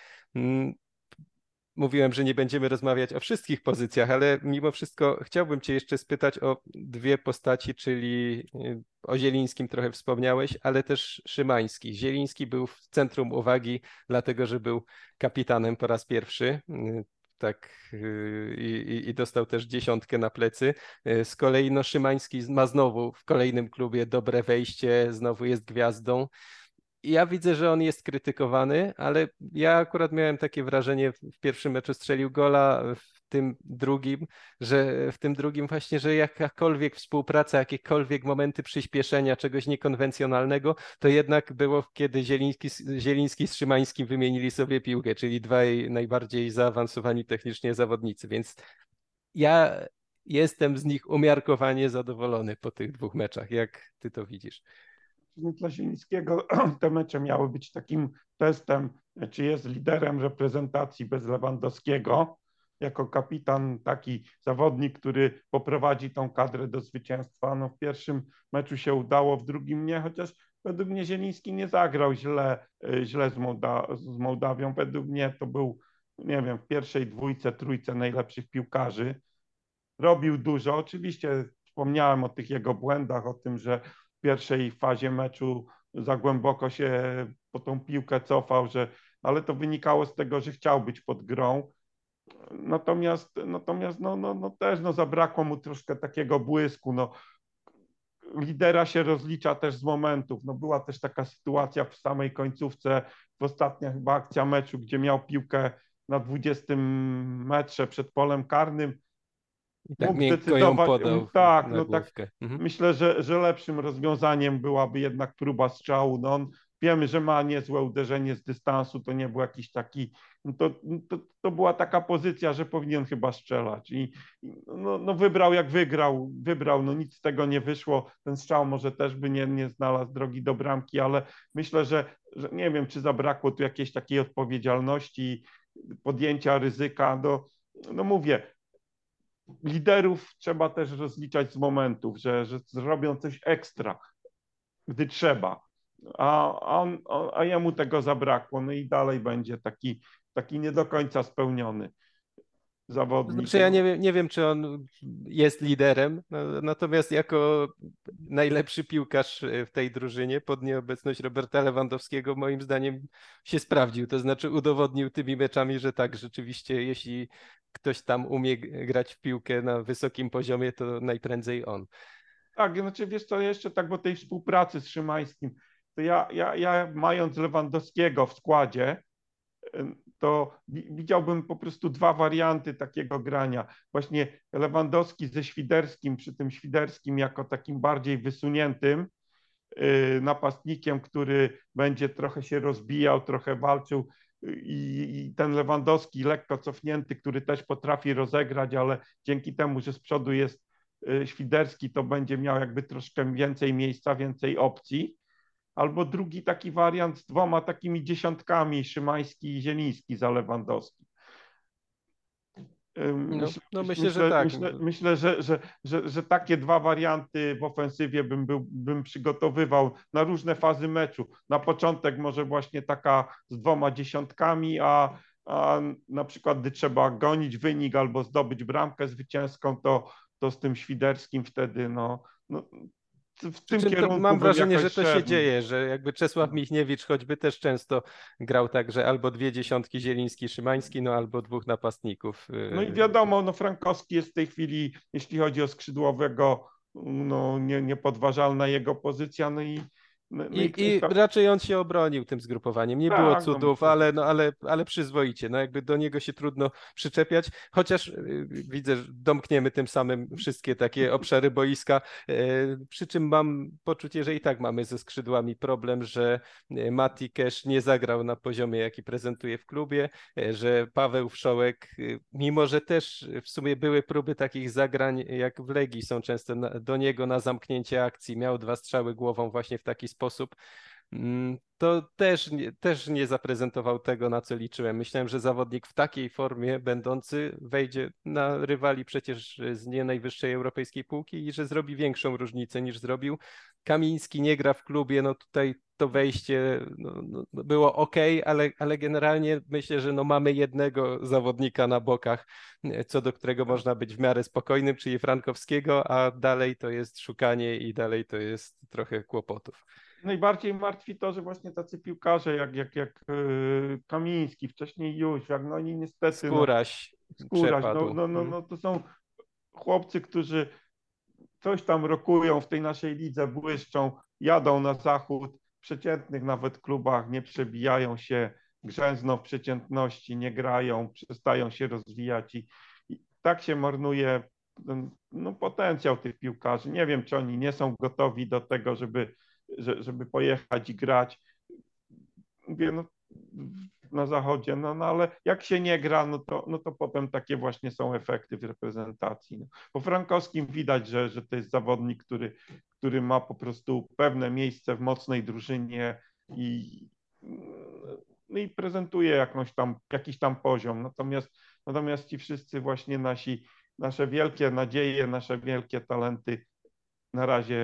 Mówiłem, że nie będziemy rozmawiać o wszystkich pozycjach, ale mimo wszystko chciałbym Cię jeszcze spytać o dwie postaci, czyli y, o Zielińskim trochę wspomniałeś, ale też Szymański. Zieliński był w centrum uwagi, dlatego że był kapitanem po raz pierwszy. y, Tak, y, i, i dostał też dziesiątkę na plecy. Y, Z kolei no, Szymański ma znowu w kolejnym klubie dobre wejście, znowu jest gwiazdą. Ja widzę, że on jest krytykowany, ale ja akurat miałem takie wrażenie, w pierwszym meczu strzelił gola, w tym drugim, że w tym drugim właśnie, że jakakolwiek współpraca, jakiekolwiek momenty przyspieszenia, czegoś niekonwencjonalnego, to jednak było, kiedy Zieliński, Zieliński z Szymańskim wymienili sobie piłkę, czyli dwaj najbardziej zaawansowani technicznie zawodnicy, więc ja jestem z nich umiarkowanie zadowolony po tych dwóch meczach. Jak ty to widzisz? Dla Zielińskiego te mecze miały być takim testem, czy jest liderem reprezentacji bez Lewandowskiego, jako kapitan, taki zawodnik, który poprowadzi tą kadrę do zwycięstwa. No, w pierwszym meczu się udało, w drugim nie, chociaż według mnie Zieliński nie zagrał źle, źle z, Mołda z Mołdawią. Według mnie to był, nie wiem, w pierwszej dwójce, trójce najlepszych piłkarzy. Robił dużo. Oczywiście wspomniałem o tych jego błędach, o tym, że w pierwszej fazie meczu za głęboko się po tą piłkę cofał, że, ale to wynikało z tego, że chciał być pod grą. Natomiast, natomiast no, no, no też no, zabrakło mu troszkę takiego błysku. No, lidera się rozlicza też z momentów. No, była też taka sytuacja w samej końcówce, w ostatnia chyba akcja meczu, gdzie miał piłkę na dwudziestym metrze przed polem karnym. I tak Mógł miękko ją zdecydować, podał tak, na no tak, główkę. Mhm. myślę, że, że lepszym rozwiązaniem byłaby jednak próba strzału. No on, wiemy, że ma niezłe uderzenie z dystansu, to nie był jakiś taki, no to, to, to była taka pozycja, że powinien chyba strzelać i no, no wybrał jak wygrał, wybrał, no nic z tego nie wyszło, ten strzał może też by nie, nie znalazł drogi do bramki, ale myślę, że, że nie wiem, czy zabrakło tu jakiejś takiej odpowiedzialności, podjęcia ryzyka, do, no mówię, liderów trzeba też rozliczać z momentów, że, że zrobią coś ekstra, gdy trzeba. A, a, on, a jemu tego zabrakło. No i dalej będzie taki, taki nie do końca spełniony To zawodnik. znaczy, ja No, nie wiem, nie wiem, czy on jest liderem, no, natomiast jako najlepszy piłkarz w tej drużynie pod nieobecność Roberta Lewandowskiego moim zdaniem się sprawdził. To znaczy udowodnił tymi meczami, że tak, rzeczywiście, jeśli ktoś tam umie grać w piłkę na wysokim poziomie, to najprędzej on. tak, znaczy wiesz co, jeszcze tak, bo tej współpracy z Szymańskim, to ja, ja, ja mając Lewandowskiego w składzie, to widziałbym po prostu dwa warianty takiego grania. Właśnie Lewandowski ze Świderskim, przy tym Świderskim jako takim bardziej wysuniętym napastnikiem, który będzie trochę się rozbijał, trochę walczył, i, i ten Lewandowski lekko cofnięty, który też potrafi rozegrać, ale dzięki temu, że z przodu jest Świderski, to będzie miał jakby troszkę więcej miejsca, więcej opcji. Albo drugi taki wariant z dwoma takimi dziesiątkami, Szymański i Zieliński za Lewandowski. Myślę, no, no myślę, myślę, że tak. Myślę, myślę że, że, że, że takie dwa warianty w ofensywie bym, był, bym przygotowywał na różne fazy meczu. Na początek może właśnie taka z dwoma dziesiątkami, a, a na przykład gdy trzeba gonić wynik albo zdobyć bramkę zwycięską, to, to z tym Świderskim wtedy no, no w Przy tym czym to kierunku mam wrażenie, jakoś że to szedł. się dzieje, że jakby Czesław Michniewicz choćby też często grał tak, że albo dwie dziesiątki Zieliński, Szymański, no albo dwóch napastników. No i wiadomo, no Frankowski jest w tej chwili, jeśli chodzi o skrzydłowego, no nie, niepodważalna jego pozycja, no i no, no I, i I raczej on się obronił tym zgrupowaniem. Nie było tak, no cudów, myślę, ale, że no, ale, ale przyzwoicie. No jakby do niego się trudno przyczepiać, chociaż y, widzę, że domkniemy tym samym wszystkie takie obszary boiska. Y, przy czym mam poczucie, że i tak mamy ze skrzydłami problem, że y, Mati Cash nie zagrał na poziomie, jaki prezentuje w klubie, y, że Paweł Wszołek, y, mimo że też w sumie były próby takich zagrań, jak w Legii są często na, do niego na zamknięcie akcji, miał dwa strzały głową właśnie w taki sposób, to też, też nie zaprezentował tego, na co liczyłem. Myślałem, że zawodnik w takiej formie będący wejdzie na rywali przecież z nie najwyższej europejskiej półki i że zrobi większą różnicę niż zrobił. Kamiński nie gra w klubie, no tutaj to wejście no, no, było ok, ale, ale generalnie myślę, że no mamy jednego zawodnika na bokach, co do którego można być w miarę spokojnym, czyli Frankowskiego, a dalej to jest szukanie i dalej to jest trochę kłopotów. Najbardziej martwi to, że właśnie tacy piłkarze jak, jak, jak Kamiński, wcześniej Jóźwiak, no oni niestety Skóraś no, Skóraś, no, przepadł. no, no, no to są chłopcy, którzy coś tam rokują w tej naszej lidze, błyszczą, jadą na zachód, w przeciętnych nawet klubach nie przebijają się, grzęzną w przeciętności, nie grają, przestają się rozwijać i, i tak się marnuje no, potencjał tych piłkarzy. Nie wiem, czy oni nie są gotowi do tego, żeby, żeby pojechać i grać. Mówię, no, na zachodzie, no, no ale jak się nie gra, no to, no to potem takie właśnie są efekty w reprezentacji. No. Po Frankowskim widać, że, że to jest zawodnik, który, który ma po prostu pewne miejsce w mocnej drużynie i, no i prezentuje jakąś tam, jakiś tam poziom. Natomiast, natomiast ci wszyscy właśnie nasi, nasze wielkie nadzieje, nasze wielkie talenty na razie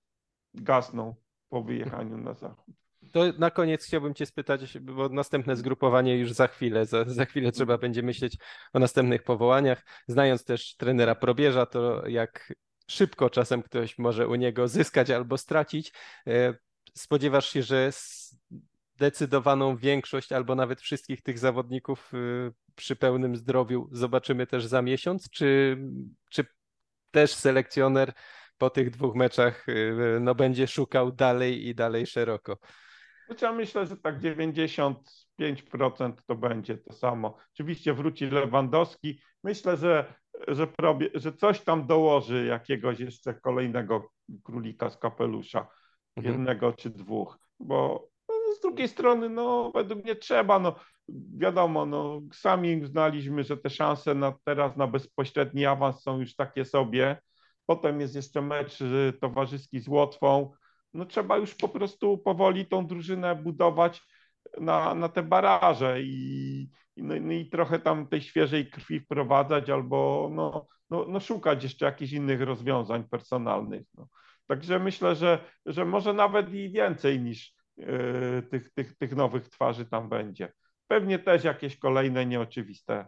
gasną po wyjechaniu na zachód. To na koniec chciałbym Cię spytać, bo następne zgrupowanie już za chwilę, za, za chwilę trzeba będzie myśleć o następnych powołaniach. Znając też trenera Probierza, to jak szybko czasem ktoś może u niego zyskać albo stracić. Spodziewasz się, że zdecydowaną większość albo nawet wszystkich tych zawodników przy pełnym zdrowiu zobaczymy też za miesiąc, czy, czy też selekcjoner po tych dwóch meczach no, będzie szukał dalej i dalej szeroko? Znaczy ja myślę, że tak dziewięćdziesiąt pięć procent to będzie to samo. Oczywiście wróci Lewandowski. Myślę, że, że, probie, że coś tam dołoży jakiegoś jeszcze kolejnego królika z kapelusza, mhm. jednego czy dwóch, bo no, z drugiej strony no według mnie trzeba, no wiadomo, no sami uznaliśmy, że te szanse na, teraz na bezpośredni awans są już takie sobie. Potem jest jeszcze mecz towarzyski z Łotwą. No trzeba już po prostu powoli tą drużynę budować na, na te baraże i, no, no i trochę tam tej świeżej krwi wprowadzać albo no, no, no szukać jeszcze jakichś innych rozwiązań personalnych. No. Także myślę, że, że może nawet i więcej niż yy, tych, tych, tych nowych twarzy tam będzie. Pewnie też jakieś kolejne nieoczywiste.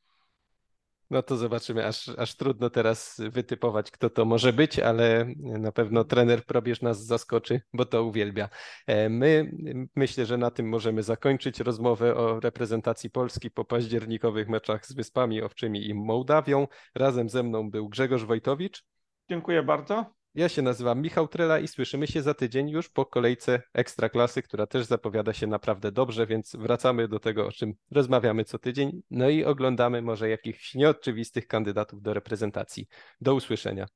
No to zobaczymy, aż, aż trudno teraz wytypować, kto to może być, ale na pewno trener Probierz nas zaskoczy, bo to uwielbia. My myślę, że na tym możemy zakończyć rozmowę o reprezentacji Polski po październikowych meczach z Wyspami Owczymi i Mołdawią. Razem ze mną był Grzegorz Wojtowicz. Dziękuję bardzo. Ja się nazywam Michał Trela i słyszymy się za tydzień już po kolejce Ekstraklasy, która też zapowiada się naprawdę dobrze, więc wracamy do tego, o czym rozmawiamy co tydzień, no i oglądamy może jakichś nieoczywistych kandydatów do reprezentacji. Do usłyszenia.